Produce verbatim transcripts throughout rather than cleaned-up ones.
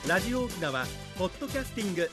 ラジオ沖縄ポッドキャスティング、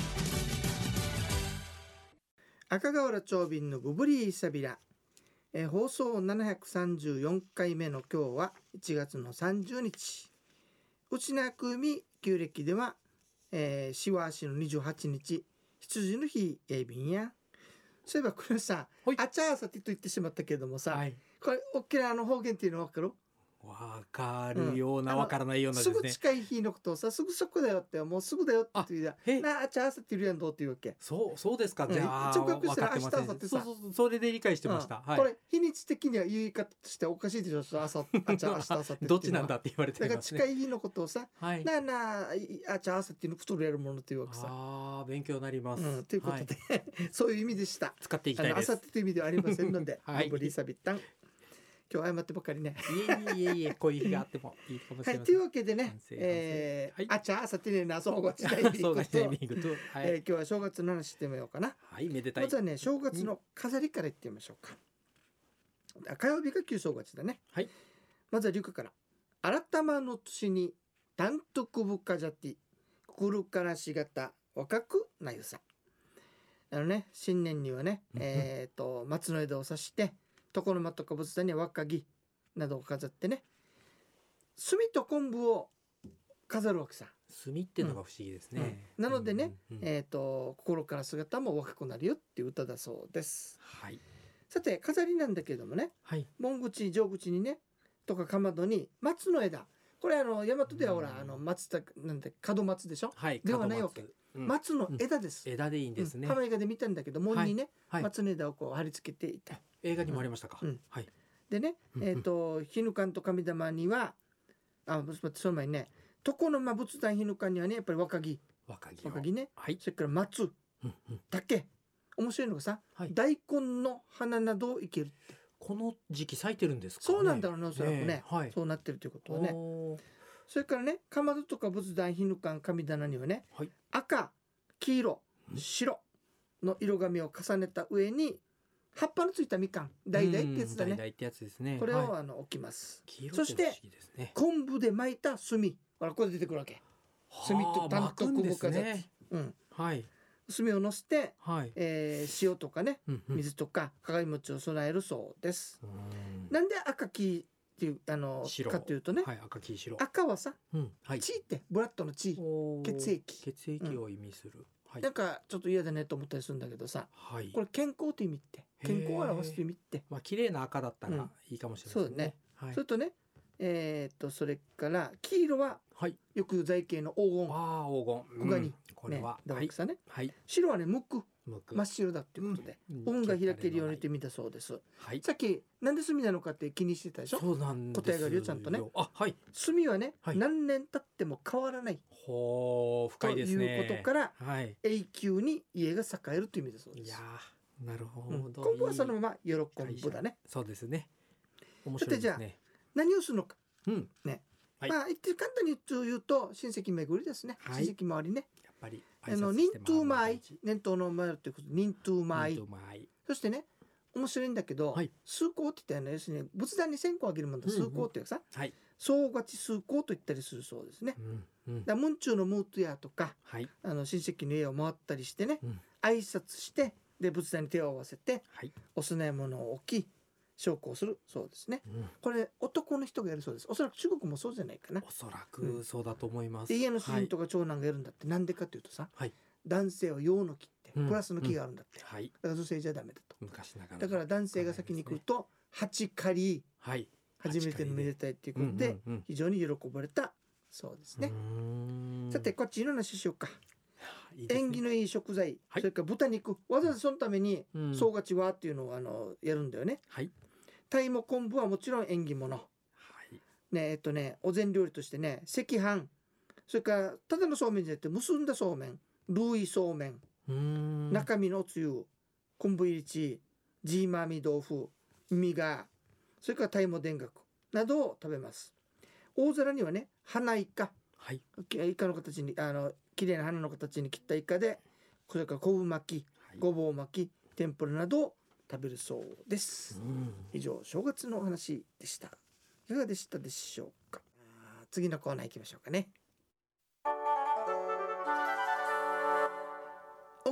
赤瓦長瓶のグブリーサビラ、えー、放送ななひゃくさんじゅうよんかいめの今日はいちがつのさんじゅうにち、内なくみ旧暦では、えー、しわしのにじゅうはちにち羊の日えー、便や。そういえばこれさ、あちゃーさてと言ってしまったけれどもさ、はい、これ沖縄の方言っていうの分かる？ わかるような、うん、わからないようなですね。 すぐ近い日のことをさ、すぐそこだよって、もうすぐだよって言うじゃん。なあ、あちゃーさって言うやんどうっていうわけ。 そうそうですか。じゃあ、 直訳したら明日朝ってさ、 そうそうそう、それで理解してました。 うん、はい、これ日にち的には言い方としておかしいでしょ。朝あちゃー明日朝ってどっちなんだって言われてますね。 だから近い日のことをさ、はい、なあなああちゃー朝っていうの太るやるものっていうわけさ。 ああ、勉強になります。 うん、ということで、はい、そういう意味でした。 使っていきたいです。 朝ってという意味ではありませんので、はい、ブリーサビッタン。今日謝ってばかりね。 いえいえいえ、こういう日があってもいいかもしれません。 はい、というわけでね、えーはい、あちゃーさてねな正月タイミングと、はい、えー、今日は正月の話してみようかな。 はい、めでたい。 まずはね、正月の飾りからいってみましょうか。うん、火曜日が旧正月だね。はい。まずは龍華から。改まの年に単独部下じゃってくるからしがた若くなゆさ。あのね、新年にはね、えっと松の枝を刺して。床の間とか仏壇には若木などを飾ってね、炭と昆布を飾るわけさ。 炭っていうのが不思議ですね、うんうん、なのでね、うんうん、えーと心から姿も若くなるよっていう歌だそうです。はい、さて飾りなんだけどもね、はい、門口上口にねとかかまどに松の枝、これあの大和ではほらあの松たなんで門松でしょ、はい、ではないわけ、うん、松の枝です、 うん、枝でいいんですね。 浜映画で見たんだけど門にね、はいはい、松の枝をこう貼り付けていた。 映画にもありましたか、うん、はい。 でね、えーと日ぬかんと神玉にはあその前にね床の間仏壇日ぬかんにはねやっぱり若木若木若木ね、はい、それから松、 うんうん、 竹、面白いのがさ、はい、大根の花などをいけるって。 この時期咲いてるんですかね。 そうなんだろうね、おそらくね、えーはい、そうなってるということはね。それからねかまどとか仏壇日ぬかん神棚にはね、はい、赤黄色白の色紙を重ねた上に葉っぱのついたみかん、橙ってやつだね。 橙ってやつですね。 これを、 はい、 あの置きます。 黄色そして昆布で巻いた炭、ほらこれ出てくるわけ。炭と単独部下で、うん、はい。炭をのせて、はい、えー、塩とかね、うんうん、水とか鏡餅を備えるそうです。うん、なんで赤黄っていうあのかというとね、 はい、赤黄白。 赤はさ、 うんはい、 血ってブラッドの血、血液、 血液を意味する。うんはい、なんかちょっと嫌だねと思ったりするんだけどさ、はい、これ健康という意味って健康を表すという意味って、 まあ綺麗な赤だったらいいかもしれないですね。 そうだね。はい、それとね、えー、っとそれから黄色は、はい、よく財系の黄金、 ああ黄金、 黄金に、うん、 これは、 ね、だわけさね、 はい、 白はね無垢、真っ白だっていうことで、うん、運が開けるようにという意味だそうです。はい、さっきなんで炭なのかって気にしてたでしょ。 そうなんですよ。 答えがあるよちゃんとね。 あ、はい、 炭はね、はい、何年経っても変わらない。 ほう深いですね。 ということから、はい、永久に家が栄えるという意味だそうです。 いやなるほど、うん、 昆布はそのまま喜ぶだね。 そうですね。面白いですね。 じゃあ何をするのか、 うんね、はい、まあ言って簡単に言うと親戚巡りですね、はい、親戚周りね。 やっぱりあの忍冬米、年頭の前ということで忍冬米、そしてね面白いんだけど、はい、数香って言ったら要するに仏壇に線香をあげるものだ、数香っていうさ、はい、総勝ち数香と言ったりするそうですね。うんうん、だから文中のムートヤとか、はい、あの親戚の家を回ったりしてね、うん、挨拶してで仏壇に手を合わせて、はい、お供え物を置き焼香するそうですね。うん、これ男の人がやるそうです。おそらく中国もそうじゃないかな。 おそらくそうだと思います。 で家の主人とか長男がやるんだって、なん、でかというとさ、はい、男性は陽の木ってプラスの木があるんだって、うんはい、だから女性じゃダメだと。 昔ながらだから男性が先に来ると八狩り、はい、初めてのめでたいっていうことで非常に喜ばれたそうですね。さてこっちの話しようか。いいですね、縁起のいい食材、はい、それから豚肉、わざわざそのために総勝ちはっていうのをあのやるんだよね。はい、鯛も昆布はもちろん縁起物、はいね、えっとねお膳料理としてね赤飯、それからただのそうめんじゃなくて結んだそうめん、ルーイそうめん、うーん中身のつゆ、昆布入りチジーマーミ豆腐、身が、それから鯛も田楽などを食べます。大皿にはね花イカ、はい、イカの形にあの綺麗な花の形に切ったイカで、それから昆布巻き、はい、ごぼう巻き、天ぷらなどを食べるそうです。以上正月のお話でした。いかがでしたでしょうか。次のコーナー行きましょうかね。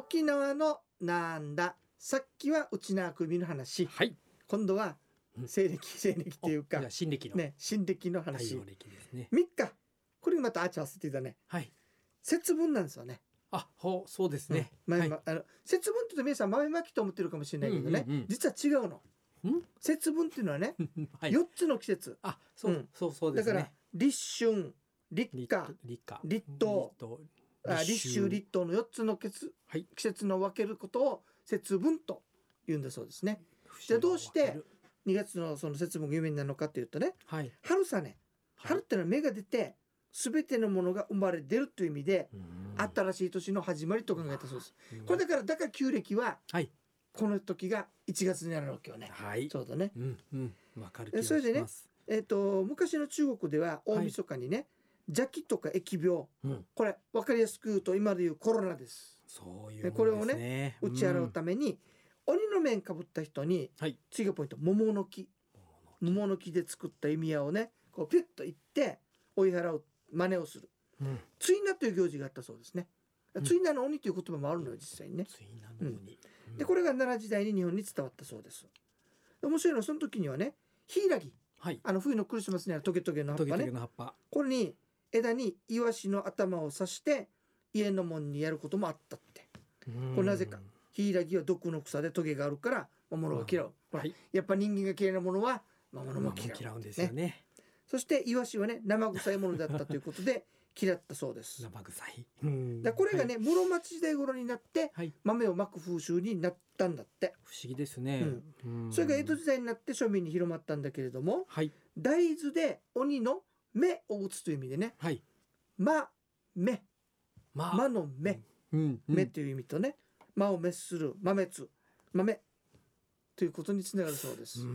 沖縄のなんだ、さっきは内縄首の話、 はい、 今度は西暦、西暦っていうかじゃあ新暦の、 ね、新暦の話。 太陽暦ですね。 みっか、これまたあちゃわせていたね。 はい。 節分なんですよね。 あ、ほう、そうですね。 うん、 はい、 まあの節分って言うと皆さん豆まきと思ってるかもしれないけどね、 うんうんうん、 実は違うの。 ん節分っていうのはね、 はい、 よっつの季節。 あ、そう、うん、そうそうですね。 だから立春、立夏、 立夏、 立冬、あ立秋、立冬のよっつの季節、はい、季節の分けることを節分と言うんだそうですね。じゃあどうしてにがつのその節分が有名になるのかというとね、はい、春さね、春ってのは芽が出て全てのものが生まれ出るという意味で、新しい年の始まりと考えたそうです。これだからだから旧暦は、はい、この時がいちがつになるわけよね。はい、そうだね。うんうん、わかる気がします。それでね、えーと、昔の中国では大晦日にね、はい、邪気とか疫病、うん、これ分かりやすく言うと今でいうコロナです。そういうものですね。これをね、打ち払うために、うん、鬼の面かぶった人に、はい、次がポイント、桃の木、桃の木で作った弓矢をね、こうピュッといって追い払う真似をする、うん、ついなという行事があったそうですね。ついなの鬼という言葉もあるのよ実際にね。ついなの鬼、うん、でこれが奈良時代に日本に伝わったそうです。面白いのはその時にはね、ヒイラギ、はい、あの冬のクリスマスにあるトゲトゲの葉っぱね、トゲトゲの葉っぱ、これに枝にイワシの頭を刺して家の門にやることもあったって。これなぜか、ヒイラギは毒の草でトゲがあるから魔物が嫌う、うん、はい、やっぱ人間が嫌いなものは魔物も嫌う、嫌うんですよね。そしてイワシはね生臭いものだったということで嫌ったそうです。生臭い。うん、だこれがね、はい、室町時代頃になって、はい、豆をまく風習になったんだって。不思議ですね。うん、それが江戸時代になって庶民に広まったんだけれども、はい、大豆で鬼の目を打つという意味でね、はい、ま、目、ま、まの目、うんうん、目という意味とね、魔を滅する、魔滅、豆ということにつながるそうです。うん、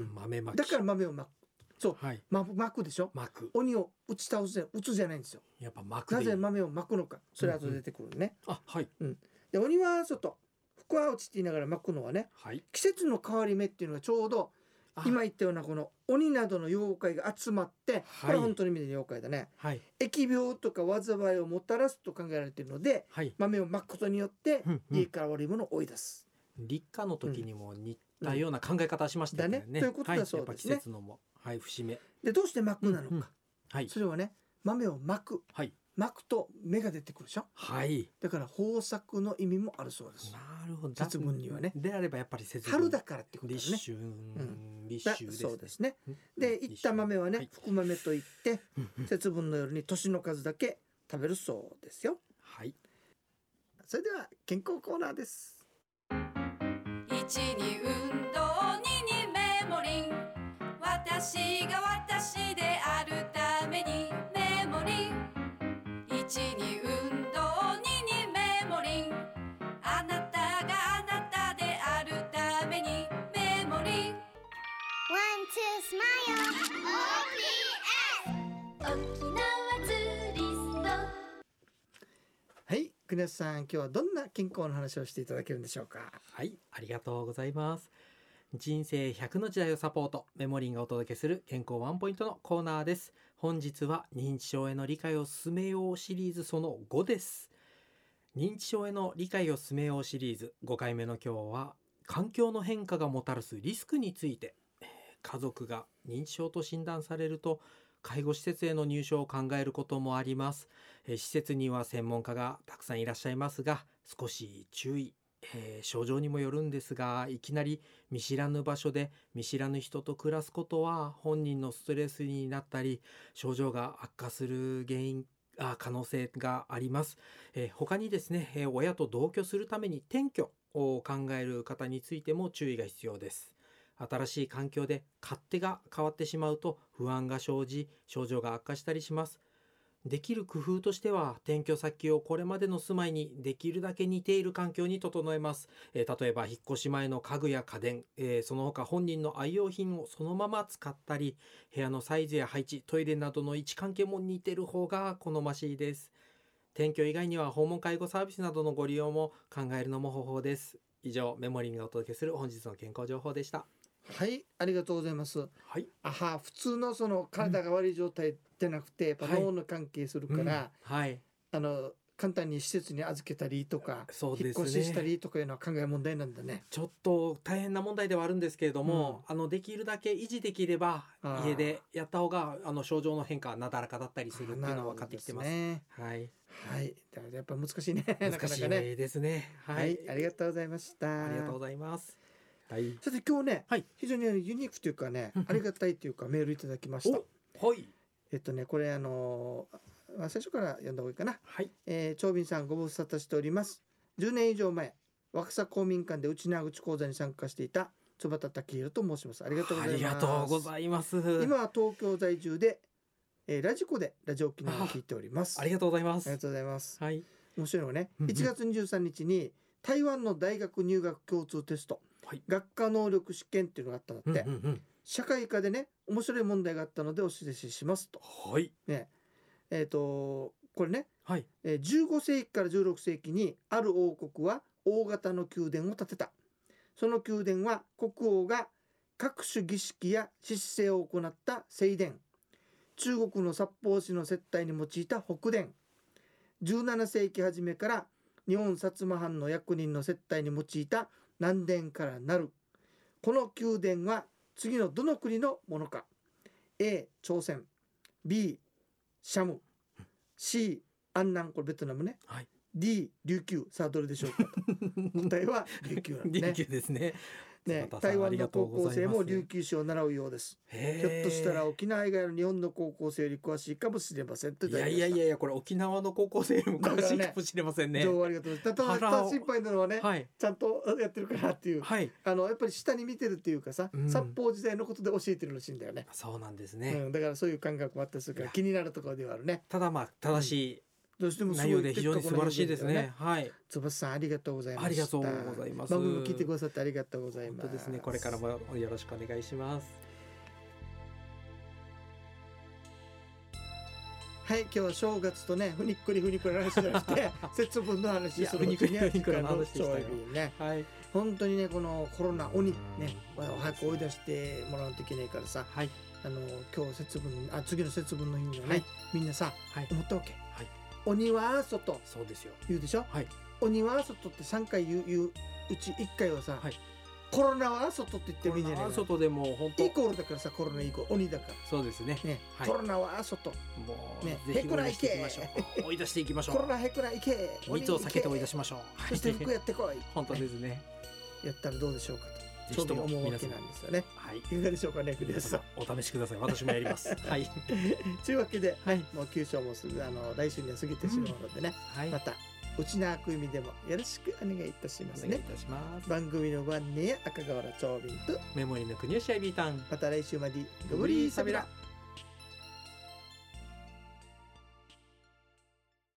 豆まき。だから豆をまく。そう、はい、ま、巻くでしょ。巻く。鬼を打ち倒すじゃ打つじゃないんですよ。やっぱ巻くでいい。なぜ豆を巻くのか、それ後で出てくるね。うんうん、あ、はい。うん。で鬼は外、福は内って言いながら巻くのはね、はい、季節の変わり目っていうのがちょうど今言ったようなこの鬼などの妖怪が集まって、はい、これは本当に意味で妖怪だね。はい。疫病とか災いをもたらすと考えられているので、はい、豆を巻くことによって、うんうん、家から悪いものを追い出す。立夏の時にも似たような考え方しましたよね。うん、だね。ということだそうですね。はい、季節のも。はい、節目でどうして巻くなのか、うんうん、はい、それはね、豆を巻く、はい、巻くと芽が出てくるでしょ、はい、だから豊作の意味もあるそうです。なるほど。節分にはね、であればやっぱり節分、春だからってことですね。立春、うん、立秋です、ね、そうですね。でいった豆はね、はい、福豆といって節分の夜に年の数だけ食べるそうですよ。はい、それでは健康コーナーです。いちに運動、ににメモリン、私が私であるためにメモリン、いちに運動、ににメモリン、あなたがあなたであるためにメモリン、ワンツースマイル オーピーエス 沖縄ツーリスト。はい、国安さん、今日はどんな健康の話をしていただけるんでしょうか。 はい、ありがとうございます。人生ひゃくの時代をサポート、メモリンがお届けする健康ワンポイントのコーナーです。本日は認知症への理解を進めようシリーズそのごです。認知症への理解を進めようシリーズごかいめの今日は、環境の変化がもたらすリスクについて。家族が認知症と診断されると介護施設への入所を考えることもあります。施設には専門家がたくさんいらっしゃいますが、少し注意、えー、症状にもよるんですが、いきなり見知らぬ場所で見知らぬ人と暮らすことは本人のストレスになったり、症状が悪化する原因あ可能性があります。えー、他にですね、えー、親と同居するために転居を考える方についても注意が必要です。新しい環境で勝手が変わってしまうと不安が生じ、症状が悪化したりします。できる工夫としては、転居先をこれまでの住まいにできるだけ似ている環境に整えます。えー、例えば引っ越し前の家具や家電、えー、その他本人の愛用品をそのまま使ったり、部屋のサイズや配置、トイレなどの位置関係も似てる方が好ましいです。転居以外には訪問介護サービスなどのご利用も考えるのも方法です。以上、メモリンがお届けする本日の健康情報でした。 はい、ありがとうございます。はい、あは普通のその体が悪い状態でなくて、うん、やっぱ脳の関係するから、はい、うん、はい、あの簡単に施設に預けたりとか、 そうですね、 引っ越ししたりとかいうのは考え問題なんだね。 ちょっと大変な問題ではあるんですけれども、うん、あのできるだけ維持できれば家でやった方があの症状の変化はなだらかだったりするっていうのは分かってきてます。ね、はい、 はい、だからやっぱ難しいね。 難しいですね。 はい、はい、ありがとうございました。 ありがとうございます。はい、 さて今日ね、はい、非常にユニークというかね、 うんうん、 ありがたいというかメールいただきました。 はい。 えっとねこれあのー最初から読んだ方がいいかな。 はい、 えー、長斌さんご無沙汰しております。じゅうねん以上前、若狭公民館で内縄口講座に参加していた坪田武弘と申します。ありがとうございます。 ありがとうございます。 今は東京在住で、えー、ラジコでラジオ沖縄を聞いております。 ありがとうございます。 ありがとうございます。 はい、 面白いのね、いちがつにじゅうさんにちに台湾の大学入学共通テスト、はい、学科能力試験っていうのがあったんだって、うんうんうん、社会科でね面白い問題があったのでお知らせしますと。 はいねえー、とこれね、 はい、 えー、じゅうごせいきからじゅうろくせいきにある王国は大型の宮殿を建てた。その宮殿は国王が各種儀式や神事を行った正殿、中国の札幌市の接待に用いた北殿、じゅうななせいき初めから日本薩摩藩の役人の接待に用いた南殿からなる。この宮殿は次のどの国のものか。 A 朝鮮、 B シャム、 C 安南、これベトナムね、 はい、 D 琉球。さあどれでしょうか。答えは琉球なんですね。 琉球ですね。 ね、台湾の高校生も琉球史を習うようです。ひょっとしたら沖縄以外の日本の高校生より詳しいかもしれませんと。 いやいやいやいや、これ沖縄の高校生よりも詳しいかもしれませんね。 情報ありがとうございます。ただ心配なのはね、 はい、 ちゃんとやってるかなっていう、はい、あのやっぱり下に見てるっていうかさ、うん、札幌時代のことで教えてるらしいんだよね。 そうなんですね、 うん、だからそういう感覚もあったりするから気になるところではあるね。 ただまあ正しい、うん、 どうしても内容で非常に素晴らしいですね。はい。 翼さんありがとうございました。 ありがとうございます。 番組聞いてくださってありがとうございます。 本当ですね。これからもよろしくお願いします。 はい、今日は正月とね、ふにっくりふにっくりの話じゃなくて節分の話する。 ふにっくりふにっくりの話でしたよね。はい。本当にね、このコロナ鬼ね、早く追い出してもらわないといけないからさ。はい。あの今日節分、あ次の節分の日にはね、はい、みんなさ、はい、思ったわけ。はい。鬼は外。 そうですよ。 言うでしょ。 はい。 鬼は外ってさんかい言う、言ううちいっかいはさ、はい、コロナは外って言ってもいいんじゃないかな。 外でも本当イコールだからさ、コロナイコール鬼だから。 そうですね。ね、 はい、コロナは外。 もうね、へくらいけ。追い出していきましょう。 コロナへくらいけ。 密を避けて追い出しましょう。 そして服やってこい。 本当ですね。 やったらどうでしょうかと。ちょっと思うわけなんですよね。はい。いかがでしょうかね、クリアさん。 お試しください。私もやります。はい。 というわけで、はい、もう九州もすぐあの来週には過ぎてしまうのでね。はい。また内縄く意味でもよろしくお願いいたしますね。 お願いいたします。 番組のご案内や赤瓦長瓶とメモリーの国吉アイビータン。 また来週までごぶりーさびら。